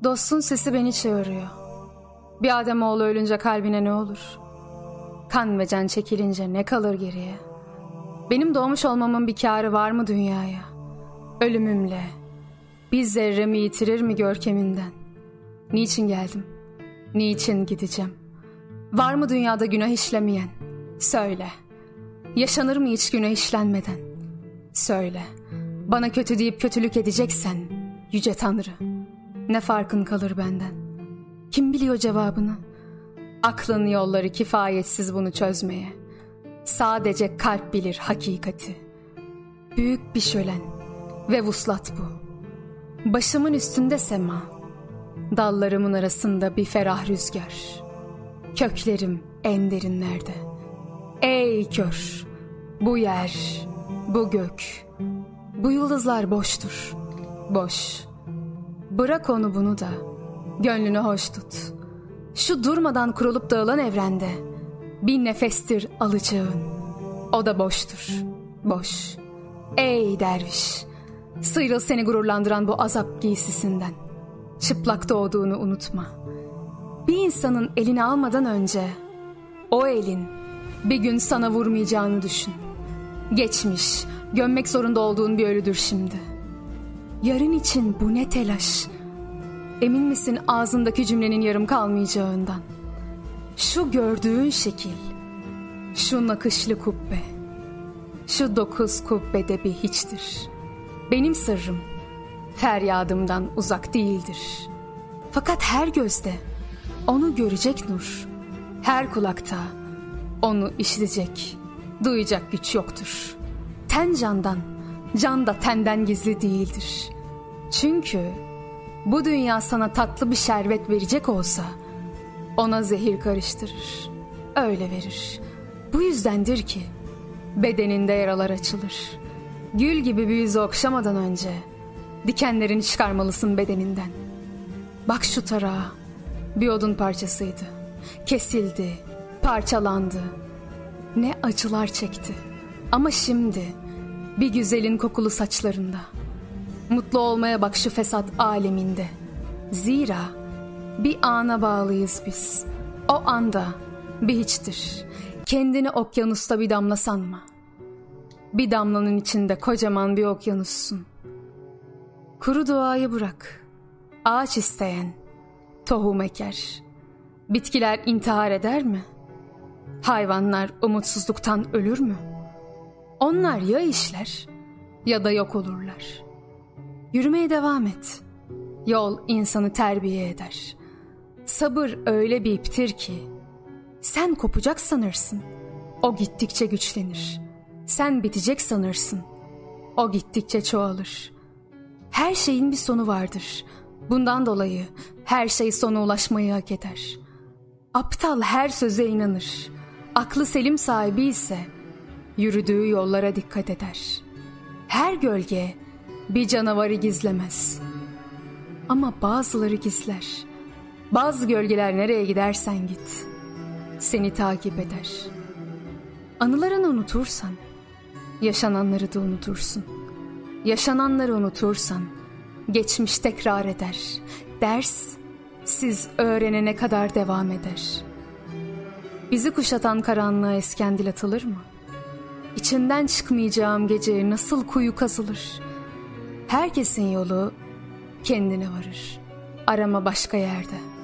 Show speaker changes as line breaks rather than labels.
Dostun sesi beni çağırıyor. Bir ademoğlu ölünce kalbine ne olur? Kan ve can çekilince ne kalır geriye? Benim doğmuş olmamın bir kârı var mı dünyaya? Ölümümle bir zerremi yitirir mi görkeminden? Niçin geldim? Niçin gideceğim? Var mı dünyada günah işlemeyen? Söyle. Yaşanır mı hiç günah işlenmeden? Söyle. Bana kötü deyip kötülük edeceksen Yüce Tanrı, ne farkın kalır benden? Kim biliyor cevabını? Aklın yolları kifayetsiz bunu çözmeye. Sadece kalp bilir hakikati. Büyük bir şölen ve vuslat bu. Başımın üstünde sema, dallarımın arasında bir ferah rüzgar. Köklerim en derinlerde. Ey kör, bu yer, bu gök, bu yıldızlar boştur, boş. Bırak onu bunu da, gönlünü hoş tut. Şu durmadan kurulup dağılan evrende bir nefestir alacağın, o da boştur, boş. Ey derviş, sıyrıl seni gururlandıran bu azap giysisinden. Çıplak doğduğunu unutma. Bir insanın elini almadan önce o elin bir gün sana vurmayacağını düşün. Geçmiş, gömmek zorunda olduğun bir ölüdür şimdi. Yarın için bu ne telaş? Emin misin ağzındaki cümlenin yarım kalmayacağından? Şu gördüğün şekil, şu nakışlı kubbe, şu 9 kubbede bir hiçtir. Benim sırrım feryadımdan uzak değildir. Fakat her gözde onu görecek nur, her kulakta onu işitecek, duyacak güç yoktur. Ten candan, can da tenden gizli değildir. Çünkü bu dünya sana tatlı bir şerbet verecek olsa ona zehir karıştırır, öyle verir. Bu yüzdendir ki bedeninde yaralar açılır. Gül gibi bir yüzü okşamadan önce dikenlerini çıkarmalısın bedeninden. Bak şu tarağa, bir odun parçasıydı. Kesildi, parçalandı. Ne acılar çekti. Ama şimdi bir güzelin kokulu saçlarında. Mutlu olmaya bak şu fesat aleminde. Zira bir ana bağlıyız biz. O anda bir hiçtir. Kendini okyanusta bir damla sanma. Bir damlanın içinde kocaman bir okyanussun. Kuru duayı bırak. Ağaç isteyen tohum eker. Bitkiler intihar eder mi? Hayvanlar umutsuzluktan ölür mü? Onlar ya işler ya da yok olurlar. Yürümeye devam et. Yol insanı terbiye eder. Sabır öyle bir iptir ki sen kopacak sanırsın, o gittikçe güçlenir. Sen bitecek sanırsın, o gittikçe çoğalır. Her şeyin bir sonu vardır. Bundan dolayı her şey sona ulaşmayı hak eder. Aptal her söze inanır. Aklı selim sahibi ise yürüdüğü yollara dikkat eder. Her gölge bir canavarı gizlemez. Ama bazıları gizler. Bazı gölgeler nereye gidersen git, seni takip eder. Anılarını unutursan, yaşananları da unutursun. Yaşananları unutursan, geçmiş tekrar eder. Ders, siz öğrenene kadar devam eder. Bizi kuşatan karanlığa iskendil atılır mı? İçinden çıkmayacağım geceye nasıl kuyu kazılır? Herkesin yolu kendine varır. Arama başka yerde.